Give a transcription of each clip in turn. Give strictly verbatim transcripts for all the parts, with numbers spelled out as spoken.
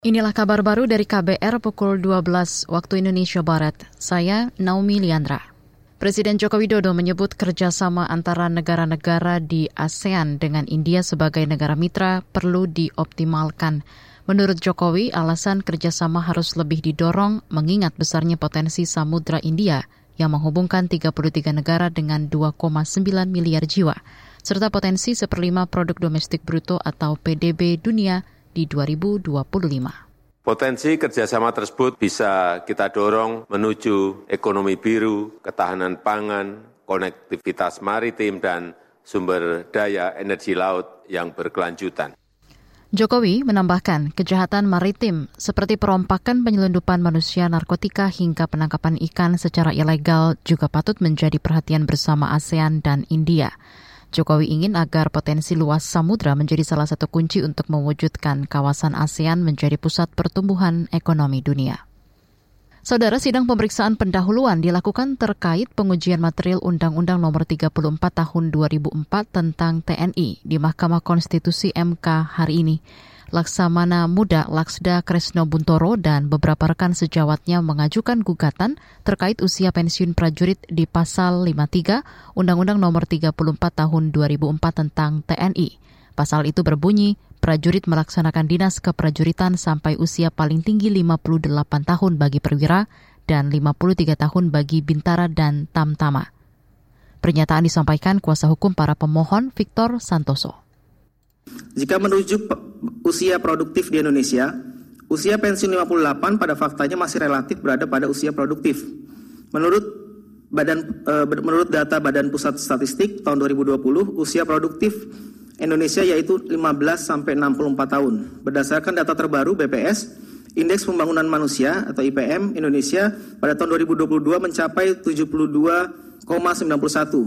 Inilah kabar baru dari K B R pukul dua belas waktu Indonesia Barat. Saya Naomi Liandra. Presiden Joko Widodo menyebut kerjasama antara negara-negara di ASEAN dengan India sebagai negara mitra perlu dioptimalkan. Menurut Jokowi, alasan kerjasama harus lebih didorong mengingat besarnya potensi Samudra India yang menghubungkan tiga puluh tiga negara dengan dua koma sembilan miliar jiwa, serta potensi seperlima produk domestik bruto atau P D B dunia di dua ribu dua puluh lima. Potensi kerjasama tersebut bisa kita dorong menuju ekonomi biru, ketahanan pangan, konektivitas maritim, dan sumber daya energi laut yang berkelanjutan. Jokowi menambahkan kejahatan maritim seperti perompakan, penyelundupan manusia, narkotika, hingga penangkapan ikan secara ilegal juga patut menjadi perhatian bersama ASEAN dan India. Jokowi ingin agar potensi luas samudra menjadi salah satu kunci untuk mewujudkan kawasan ASEAN menjadi pusat pertumbuhan ekonomi dunia. Saudara, sidang pemeriksaan pendahuluan dilakukan terkait pengujian material Undang-Undang Nomor tiga puluh empat Tahun dua ribu empat tentang T N I di Mahkamah Konstitusi M K hari ini. Laksamana Muda Laksda Kresno Buntoro dan beberapa rekan sejawatnya mengajukan gugatan terkait usia pensiun prajurit di Pasal lima puluh tiga Undang-Undang Nomor tiga puluh empat Tahun dua ribu empat tentang T N I. Pasal itu berbunyi, prajurit melaksanakan dinas keprajuritan sampai usia paling tinggi lima puluh delapan tahun bagi perwira dan lima puluh tiga tahun bagi bintara dan tamtama. Pernyataan disampaikan kuasa hukum para pemohon Victor Santoso. Jika merujuk usia produktif di Indonesia, usia pensiun lima puluh delapan pada faktanya masih relatif berada pada usia produktif. Menurut Badan e, menurut data Badan Pusat Statistik tahun dua ribu dua puluh, usia produktif Indonesia yaitu lima belas sampai enam puluh empat tahun. Berdasarkan data terbaru B P S, Indeks Pembangunan Manusia atau I P M Indonesia pada tahun dua ribu dua puluh dua mencapai tujuh puluh dua koma sembilan puluh satu.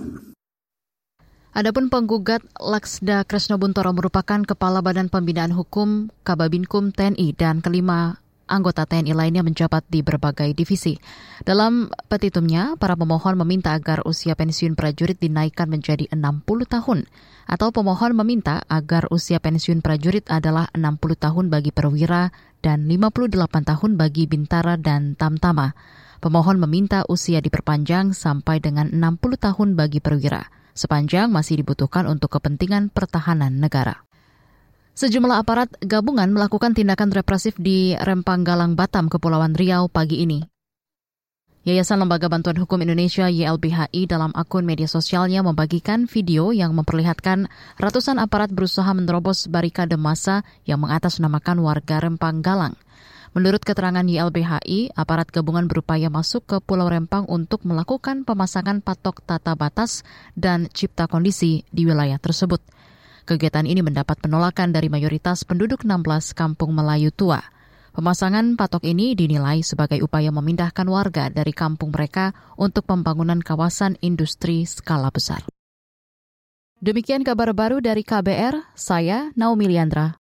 Adapun penggugat Laksda Kresno Buntoro merupakan Kepala Badan Pembinaan Hukum Kababinkum T N I dan kelima anggota T N I lainnya menjabat di berbagai divisi. Dalam petitumnya, para pemohon meminta agar usia pensiun prajurit dinaikkan menjadi enam puluh tahun, atau pemohon meminta agar usia pensiun prajurit adalah enam puluh tahun bagi perwira dan lima puluh delapan tahun bagi bintara dan tamtama. Pemohon meminta usia diperpanjang sampai dengan enam puluh tahun bagi perwira, sepanjang masih dibutuhkan untuk kepentingan pertahanan negara. Sejumlah aparat gabungan melakukan tindakan represif di Rempang Galang, Batam, Kepulauan Riau pagi ini. Yayasan Lembaga Bantuan Hukum Indonesia Y L B H I dalam akun media sosialnya membagikan video yang memperlihatkan ratusan aparat berusaha menerobos barikade massa yang mengatasnamakan warga Rempang Galang. Menurut keterangan Y L B H I, aparat gabungan berupaya masuk ke Pulau Rempang untuk melakukan pemasangan patok tata batas dan cipta kondisi di wilayah tersebut. Kegiatan ini mendapat penolakan dari mayoritas penduduk enam belas kampung Melayu tua. Pemasangan patok ini dinilai sebagai upaya memindahkan warga dari kampung mereka untuk pembangunan kawasan industri skala besar. Demikian kabar baru dari K B R, saya Naomi Liandra.